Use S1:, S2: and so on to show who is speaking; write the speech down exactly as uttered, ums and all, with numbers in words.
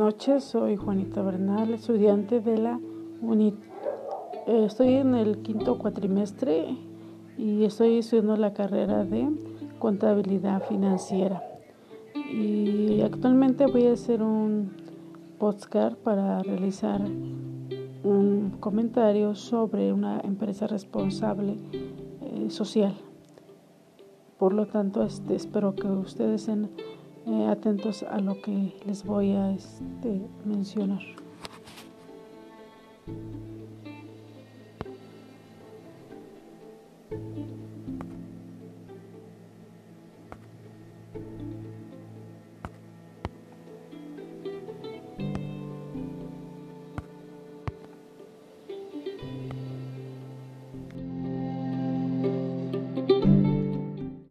S1: noches, soy Juanita Bernal, estudiante de la UNIT. Eh, estoy en el quinto cuatrimestre y estoy estudiando la carrera de contabilidad financiera. Y actualmente voy a hacer un podcast para realizar un comentario sobre una empresa responsable eh, social. Por lo tanto, este, espero que ustedes estén eh, atentos a lo que les voy a este, mencionar.